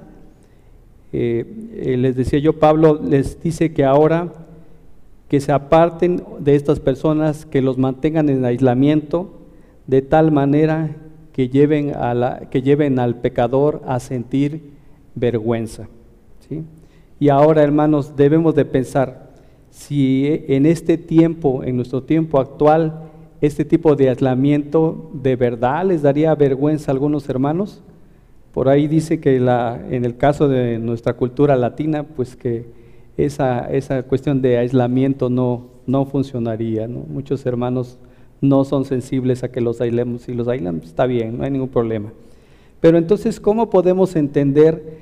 les decía yo, Pablo les dice que ahora que se aparten de estas personas, que los mantengan en aislamiento, de tal manera que lleven al pecador a sentir vergüenza, ¿sí? Y ahora, hermanos, debemos de pensar, si en este tiempo, en nuestro tiempo actual, este tipo de aislamiento de verdad les daría vergüenza a algunos hermanos, Por ahí dice que en el caso de nuestra cultura latina, pues que esa cuestión de aislamiento no funcionaría, ¿no? Muchos hermanos no son sensibles a que los aislemos. Si los aislan, está bien, no hay ningún problema. Pero entonces, ¿cómo podemos entender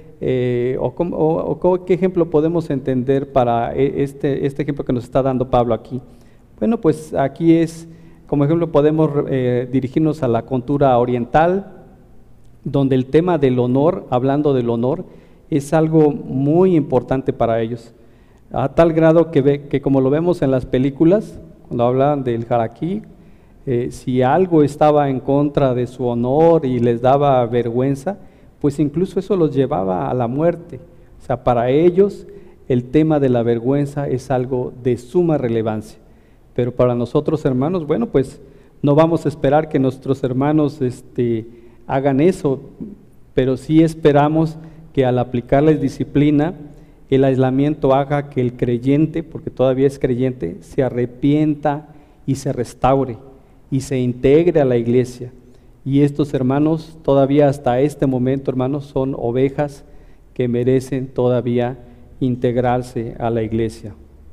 qué ejemplo podemos entender para este ejemplo que nos está dando Pablo aquí? Bueno, pues aquí como ejemplo podemos dirigirnos a la cultura oriental, donde el tema del honor, hablando del honor, es algo muy importante para ellos, a tal grado que como lo vemos en las películas, cuando hablan del harakiri, si algo estaba en contra de su honor y les daba vergüenza, pues incluso eso los llevaba a la muerte. O sea, para ellos el tema de la vergüenza es algo de suma relevancia. Pero para nosotros, hermanos, bueno, pues no vamos a esperar que nuestros hermanos hagan eso, pero sí esperamos que al aplicarles disciplina, el aislamiento haga que el creyente, porque todavía es creyente, se arrepienta y se restaure y se integre a la iglesia. Y estos hermanos todavía hasta este momento, hermanos, son ovejas que merecen todavía integrarse a la iglesia.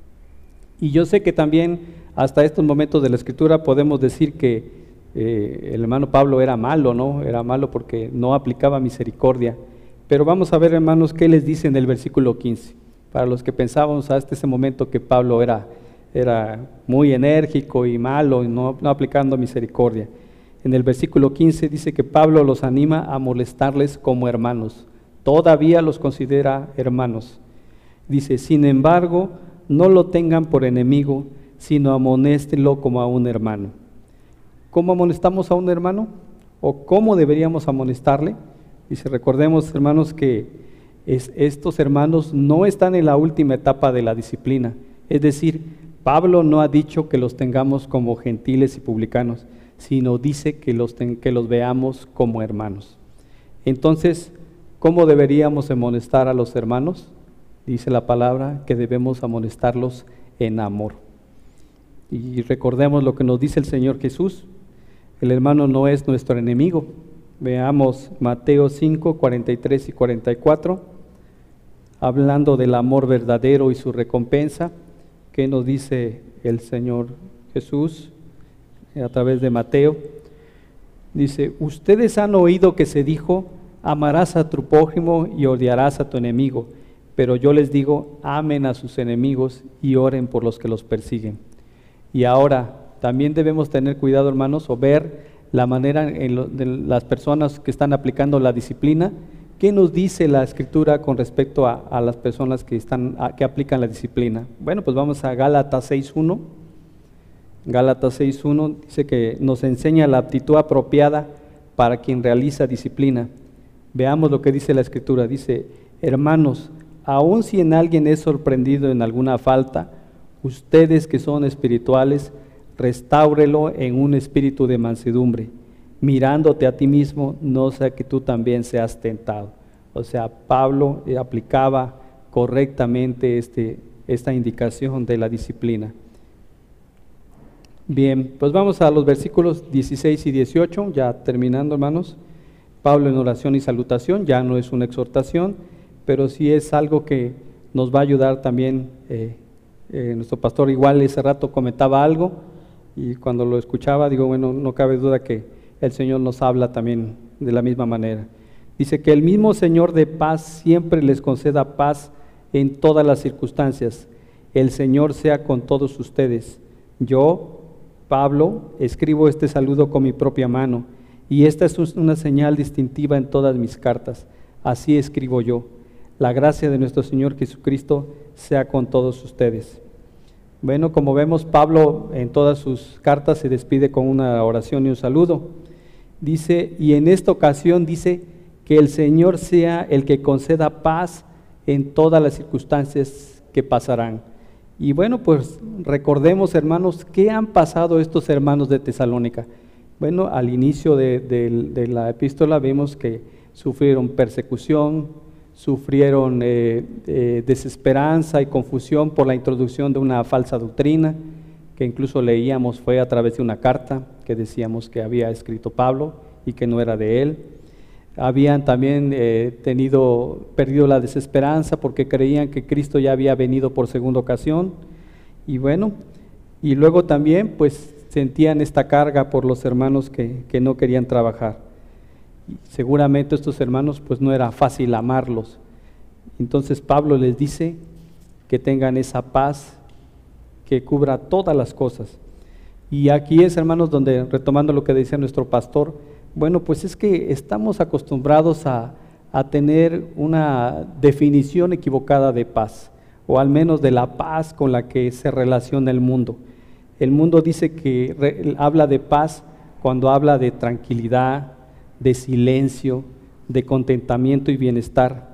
Y yo sé que también hasta estos momentos de la Escritura podemos decir que el hermano Pablo era malo, ¿no? Era malo porque no aplicaba misericordia. Pero vamos a ver, hermanos, qué les dice en el versículo 15. Para los que pensábamos hasta ese momento que Pablo era muy enérgico y malo y no aplicando misericordia. En el versículo 15 dice que Pablo los anima a molestarles como hermanos. Todavía los considera hermanos. Dice, sin embargo, no lo tengan por enemigo, sino amonéstenlo como a un hermano. ¿Cómo amonestamos a un hermano? ¿O cómo deberíamos amonestarle? Dice, recordemos, hermanos, que estos hermanos no están en la última etapa de la disciplina. Es decir, Pablo no ha dicho que los tengamos como gentiles y publicanos, sino dice que los veamos como hermanos. Entonces, ¿cómo deberíamos amonestar a los hermanos? Dice la palabra que debemos amonestarlos en amor. Y recordemos lo que nos dice el Señor Jesús: el hermano no es nuestro enemigo. Veamos Mateo 5, 43 y 44, hablando del amor verdadero y su recompensa. ¿Qué nos dice el Señor Jesús a través de Mateo? Dice, ustedes han oído que se dijo, amarás a tu prójimo y odiarás a tu enemigo, pero yo les digo, amen a sus enemigos y oren por los que los persiguen. Y ahora, también debemos tener cuidado, hermanos, o ver la manera de las personas que están aplicando la disciplina. ¿Qué nos dice la Escritura con respecto a las personas que aplican la disciplina? Bueno, pues vamos a Gálatas 6.1. Gálatas 6.1 dice que nos enseña la aptitud apropiada para quien realiza disciplina. Veamos lo que dice la Escritura. Dice, hermanos, aun si en alguien es sorprendido en alguna falta, ustedes que son espirituales, restáurelo en un espíritu de mansedumbre, mirándote a ti mismo, no sea que tú también seas tentado. O sea, Pablo aplicaba correctamente esta indicación de la disciplina. Bien, pues vamos a los versículos 16 y 18, ya terminando, hermanos. Pablo en oración y salutación, ya no es una exhortación, pero sí es algo que nos va a ayudar también. Nuestro pastor igual ese rato comentaba algo, y cuando lo escuchaba, digo, bueno, no cabe duda que el Señor nos habla también de la misma manera. Dice que el mismo Señor de paz siempre les conceda paz en todas las circunstancias. El Señor sea con todos ustedes. Yo, Pablo, escribo este saludo con mi propia mano, y esta es una señal distintiva en todas mis cartas. Así escribo yo. La gracia de nuestro Señor Jesucristo sea con todos ustedes. Bueno, como vemos, Pablo en todas sus cartas se despide con una oración y un saludo. Dice, y en esta ocasión dice que el Señor sea el que conceda paz en todas las circunstancias que pasarán. Y bueno, pues recordemos, hermanos, ¿qué han pasado estos hermanos de Tesalónica? Bueno, al inicio de la epístola vemos que sufrieron persecución, sufrieron desesperanza y confusión por la introducción de una falsa doctrina, que incluso leíamos fue a través de una carta que decíamos que había escrito Pablo y que no era de él. habían también perdido la desesperanza porque creían que Cristo ya había venido por segunda ocasión. Y bueno, y luego también pues sentían esta carga por los hermanos que no querían trabajar. Y seguramente estos hermanos pues no era fácil amarlos. Entonces Pablo les dice que tengan esa paz que cubra todas las cosas. Y aquí es, hermanos, donde, retomando lo que decía nuestro pastor, bueno, pues es que estamos acostumbrados a tener una definición equivocada de paz, o al menos de la paz con la que se relaciona el mundo. El mundo dice que habla de paz cuando habla de tranquilidad, de silencio, de contentamiento y bienestar.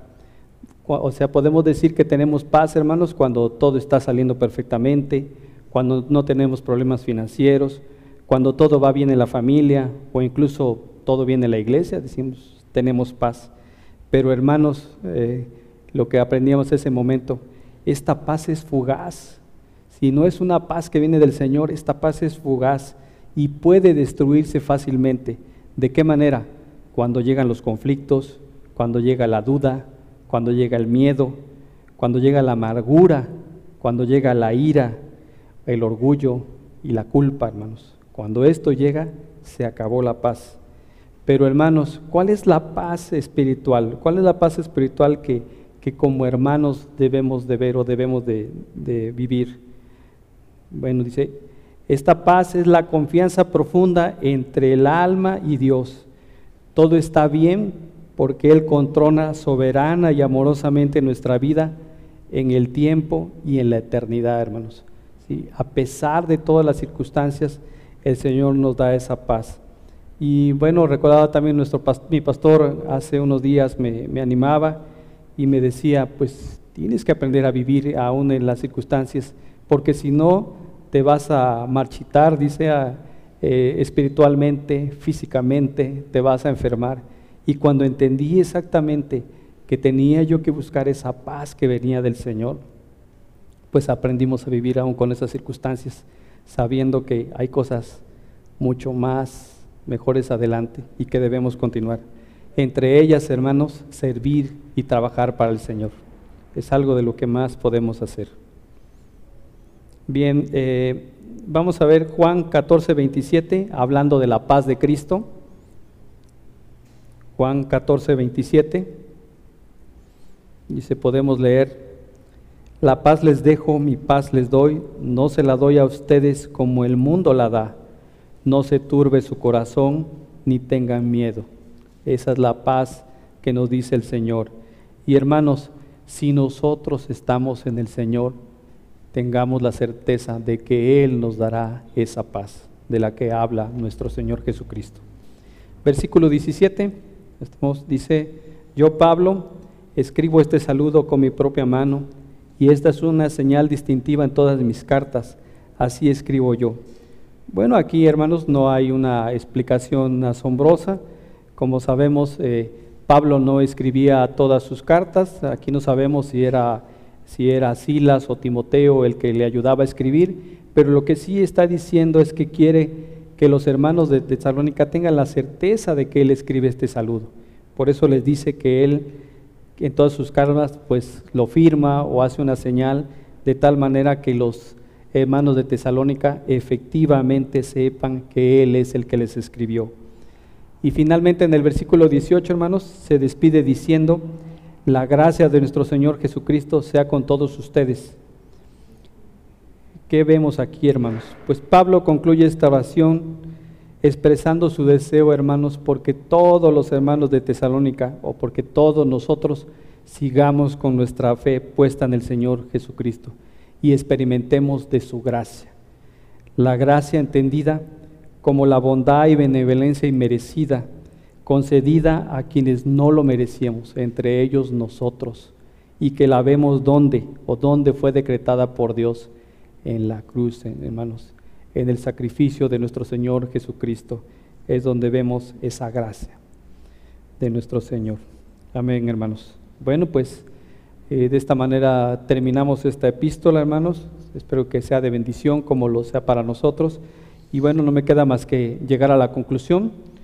O sea, podemos decir que tenemos paz, hermanos, cuando todo está saliendo perfectamente, cuando no tenemos problemas financieros, cuando todo va bien en la familia o incluso todo bien en la iglesia, decimos, tenemos paz. Pero hermanos, lo que aprendíamos ese momento, esta paz es fugaz. Si no es una paz que viene del Señor, esta paz es fugaz y puede destruirse fácilmente. ¿De qué manera? Cuando llegan los conflictos, cuando llega la duda, cuando llega el miedo, cuando llega la amargura, cuando llega la ira, el orgullo y la culpa, hermanos. Cuando esto llega, se acabó la paz. Pero hermanos, ¿cuál es la paz espiritual? ¿Cuál es la paz espiritual que como hermanos debemos de ver o debemos de vivir? Bueno, dice, esta paz es la confianza profunda entre el alma y Dios. Todo está bien porque Él controla soberana y amorosamente nuestra vida en el tiempo y en la eternidad, hermanos. ¿Sí? A pesar de todas las circunstancias, el Señor nos da esa paz. Y bueno, recordaba también mi pastor hace unos días me animaba y me decía, pues tienes que aprender a vivir aún en las circunstancias, porque si no te vas a marchitar, dice, espiritualmente, físicamente, te vas a enfermar. Y cuando entendí exactamente que tenía yo que buscar esa paz que venía del Señor, pues aprendimos a vivir aún con esas circunstancias, sabiendo que hay cosas mucho más mejores adelante y que debemos continuar. Entre ellas, hermanos, servir y trabajar para el Señor. Es algo de lo que más podemos hacer. Bien, vamos a ver Juan 14:27, hablando de la paz de Cristo. Juan 14:27, dice, podemos leer, la paz les dejo, mi paz les doy, no se la doy a ustedes como el mundo la da, no se turbe su corazón, ni tengan miedo. Esa es la paz que nos dice el Señor. Y hermanos, si nosotros estamos en el Señor, tengamos la certeza de que Él nos dará esa paz de la que habla nuestro Señor Jesucristo. Versículo 17, dice, yo Pablo escribo este saludo con mi propia mano y esta es una señal distintiva en todas mis cartas, así escribo yo. Bueno, aquí hermanos no hay una explicación asombrosa. Como sabemos, Pablo no escribía todas sus cartas, aquí no sabemos si era Silas o Timoteo el que le ayudaba a escribir, pero lo que sí está diciendo es que quiere que los hermanos de Tesalónica tengan la certeza de que él escribe este saludo. Por eso les dice que él en todas sus cartas pues lo firma o hace una señal de tal manera que los hermanos de Tesalónica efectivamente sepan que él es el que les escribió. Y finalmente en el versículo 18, hermanos, se despide diciendo, la gracia de nuestro Señor Jesucristo sea con todos ustedes. ¿Qué vemos aquí, hermanos? Pues Pablo concluye esta oración expresando su deseo, hermanos, porque todos los hermanos de Tesalónica, o porque todos nosotros sigamos con nuestra fe puesta en el Señor Jesucristo y experimentemos de su gracia. La gracia entendida como la bondad y benevolencia inmerecida, concedida a quienes no lo merecíamos, entre ellos nosotros, y que la vemos dónde fue decretada por Dios en la cruz, hermanos, en el sacrificio de nuestro Señor Jesucristo, es donde vemos esa gracia de nuestro Señor. Amén, hermanos. Bueno, pues de esta manera terminamos esta epístola, hermanos. Espero que sea de bendición como lo sea para nosotros. Y bueno, no me queda más que llegar a la conclusión.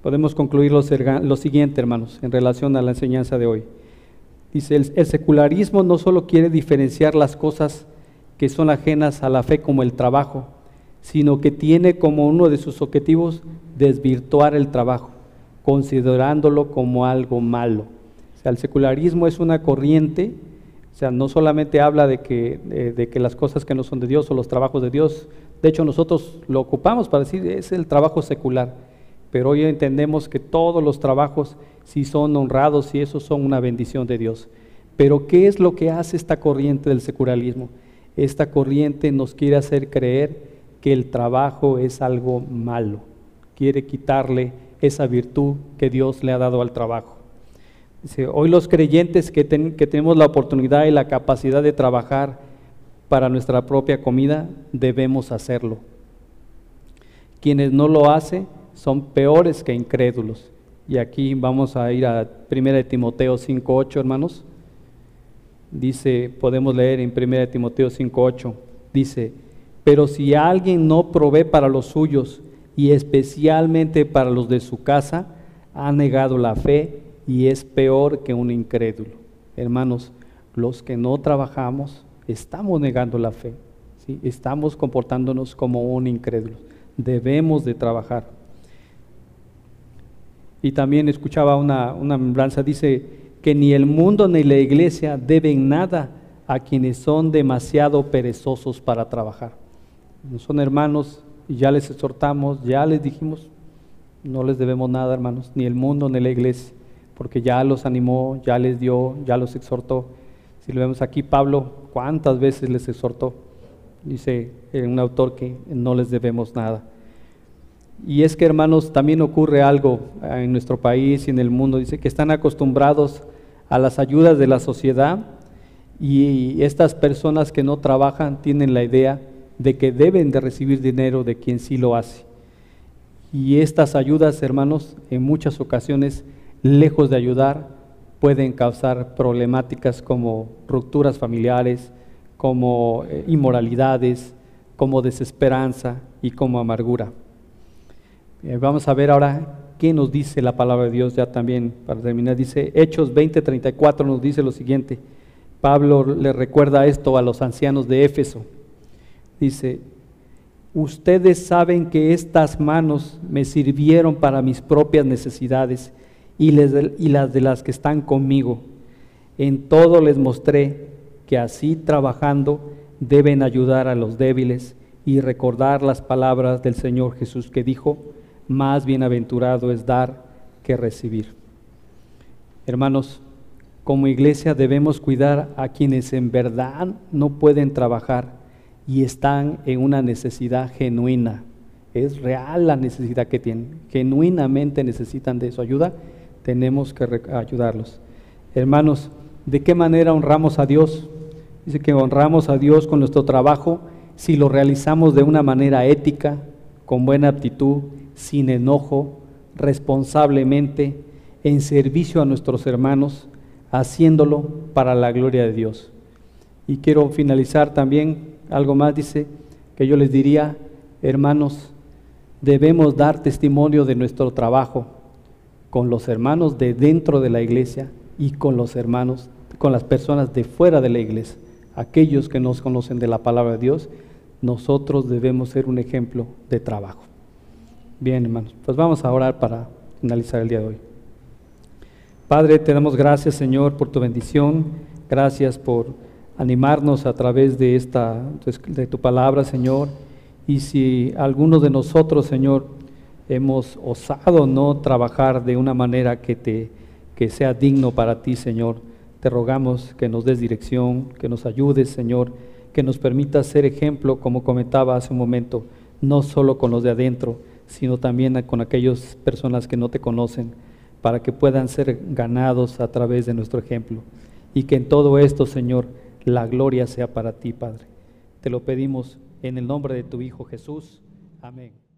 podemos concluir lo siguiente, hermanos, en relación a la enseñanza de hoy. Dice, el secularismo no solo quiere diferenciar las cosas que son ajenas a la fe como el trabajo, sino que tiene como uno de sus objetivos desvirtuar el trabajo, considerándolo como algo malo. O sea, el secularismo es una corriente, o sea, no solamente habla de que las cosas que no son de Dios o los trabajos de Dios, de hecho nosotros lo ocupamos para decir, es el trabajo secular, pero hoy entendemos que todos los trabajos sí son honrados y esos son una bendición de Dios. Pero ¿qué es lo que hace esta corriente del secularismo? Esta corriente nos quiere hacer creer que el trabajo es algo malo, quiere quitarle esa virtud que Dios le ha dado al trabajo. Dice, hoy los creyentes que tenemos la oportunidad y la capacidad de trabajar para nuestra propia comida, debemos hacerlo. Quienes no lo hacen son peores que incrédulos. Y aquí vamos a ir a 1 Timoteo 5:8, hermanos. Dice, podemos leer en 1 Timoteo 5:8, dice, pero si alguien no provee para los suyos y especialmente para los de su casa, ha negado la fe y es peor que un incrédulo. Hermanos, los que no trabajamos estamos negando la fe, ¿sí? Estamos comportándonos como un incrédulo. Debemos de trabajar. Y también escuchaba una membranza, dice que ni el mundo ni la iglesia deben nada a quienes son demasiado perezosos para trabajar. No son hermanos y ya les exhortamos, ya les dijimos, no les debemos nada, hermanos, ni el mundo ni la iglesia, porque ya los animó, ya les dio, ya los exhortó. Si lo vemos aquí, Pablo, ¿cuántas veces les exhortó? Dice un autor que no les debemos nada. Y es que, hermanos, también ocurre algo en nuestro país y en el mundo. Dice que están acostumbrados a las ayudas de la sociedad y estas personas que no trabajan tienen la idea de que deben de recibir dinero de quien sí lo hace. Y estas ayudas, hermanos, en muchas ocasiones, lejos de ayudar, pueden causar problemáticas como rupturas familiares, como inmoralidades, como desesperanza y como amargura. Vamos a ver ahora qué nos dice la palabra de Dios ya también para terminar. Dice Hechos 20:34 nos dice lo siguiente. Pablo le recuerda esto a los ancianos de Éfeso. Dice, ustedes saben que estas manos me sirvieron para mis propias necesidades y las de las que están conmigo. En todo les mostré que así trabajando deben ayudar a los débiles y recordar las palabras del Señor Jesús que dijo, más bienaventurado es dar que recibir. Hermanos, como iglesia debemos cuidar a quienes en verdad no pueden trabajar y están en una necesidad genuina. Es real la necesidad que tienen, genuinamente necesitan de su ayuda, tenemos que ayudarlos. Hermanos, ¿de qué manera honramos a Dios? Dice que honramos a Dios con nuestro trabajo si lo realizamos de una manera ética, con buena aptitud, sin enojo, responsablemente, en servicio a nuestros hermanos, haciéndolo para la gloria de Dios. Y quiero finalizar también, algo más dice, que yo les diría, hermanos, debemos dar testimonio de nuestro trabajo con los hermanos de dentro de la iglesia y con los hermanos, con las personas de fuera de la iglesia, aquellos que nos conocen de la palabra de Dios. Nosotros debemos ser un ejemplo de trabajo. Bien, hermanos, pues vamos a orar para finalizar el día de hoy. Padre, te damos gracias, Señor, por tu bendición. Gracias por animarnos a través de tu palabra, Señor. Y si algunos de nosotros, Señor, hemos osado no trabajar de una manera que sea digno para ti, Señor, te rogamos que nos des dirección, que nos ayudes, Señor, que nos permita ser ejemplo, como comentaba hace un momento, no solo con los de adentro, sino también con aquellas personas que no te conocen, para que puedan ser ganados a través de nuestro ejemplo. Y que en todo esto, Señor, la gloria sea para ti, Padre. Te lo pedimos en el nombre de tu Hijo Jesús. Amén.